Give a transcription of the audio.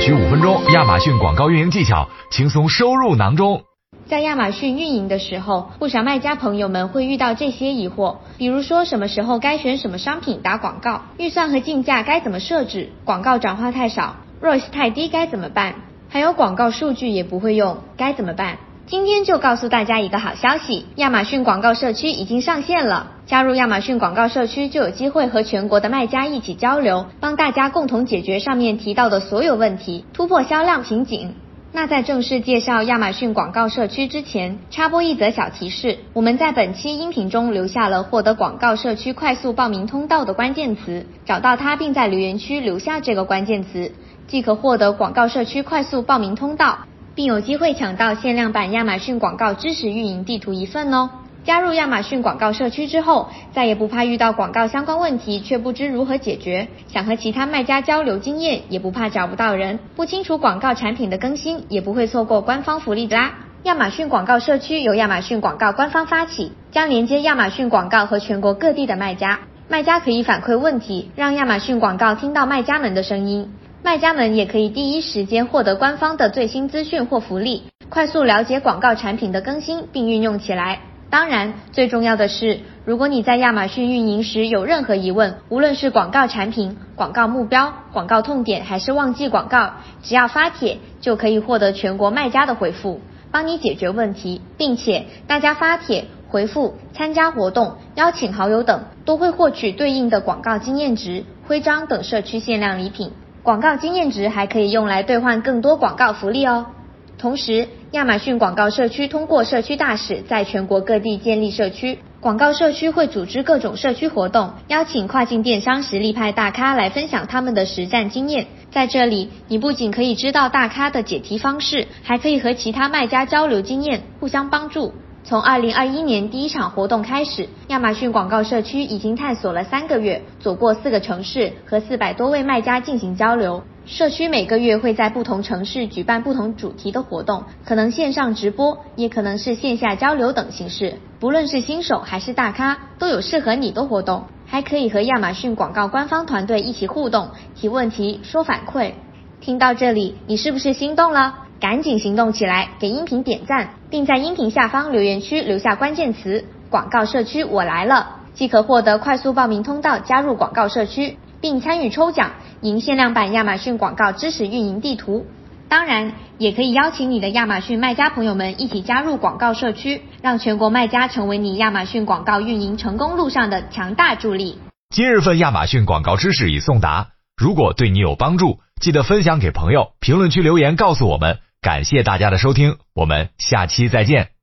需5分钟，亚马逊广告运营技巧，轻松收入囊中。 在亚马逊运营的时候，不少卖家朋友们会遇到这些疑惑，比如说什么时候该选什么商品打广告，预算和竞价该怎么设置，广告转化太少，ROAS 太低该怎么办，还有广告数据也不会用该怎么办。今天就告诉大家一个好消息，亚马逊广告社区已经上线了。加入亚马逊广告社区就有机会和全国的卖家一起交流，帮大家共同解决上面提到的所有问题，突破销量瓶颈。那在正式介绍亚马逊广告社区之前，插播一则小提示，我们在本期音频中留下了获得广告社区快速报名通道的关键词，找到它并在留言区留下这个关键词，即可获得广告社区快速报名通道，并有机会抢到限量版亚马逊广告知识运营地图1份哦。加入亚马逊广告社区之后，再也不怕遇到广告相关问题却不知如何解决，想和其他卖家交流经验也不怕找不到人，不清楚广告产品的更新也不会错过官方福利的啦。亚马逊广告社区由亚马逊广告官方发起，将连接亚马逊广告和全国各地的卖家，卖家可以反馈问题，让亚马逊广告听到卖家们的声音，卖家们也可以第一时间获得官方的最新资讯或福利，快速了解广告产品的更新并运用起来。当然，最重要的是，如果你在亚马逊运营时有任何疑问，无论是广告产品、广告目标、广告痛点还是忘记广告，只要发帖就可以获得全国卖家的回复，帮你解决问题，并且大家发帖、回复、参加活动、邀请好友等，都会获取对应的广告经验值、徽章等社区限量礼品。广告经验值还可以用来兑换更多广告福利哦。同时，亚马逊广告社区通过社区大使在全国各地建立社区，广告社区会组织各种社区活动，邀请跨境电商实力派大咖来分享他们的实战经验。在这里，你不仅可以知道大咖的解题方式，还可以和其他卖家交流经验，互相帮助。从2021年第一场活动开始，亚马逊广告社区已经探索了3个月，走过4个城市，和400多位卖家进行交流。社区每个月会在不同城市举办不同主题的活动，可能线上直播，也可能是线下交流等形式。不论是新手还是大咖，都有适合你的活动，还可以和亚马逊广告官方团队一起互动，提问题，说反馈。听到这里，你是不是心动了？赶紧行动起来，给音频点赞，并在音频下方留言区留下关键词广告社区我来了，即可获得快速报名通道加入广告社区，并参与抽奖，赢限量版亚马逊广告知识运营地图。当然，也可以邀请你的亚马逊卖家朋友们一起加入广告社区，让全国卖家成为你亚马逊广告运营成功路上的强大助力。 今日份亚马逊广告知识已送达，如果对你有帮助，记得分享给朋友，评论区留言告诉我们。感谢大家的收听，我们下期再见。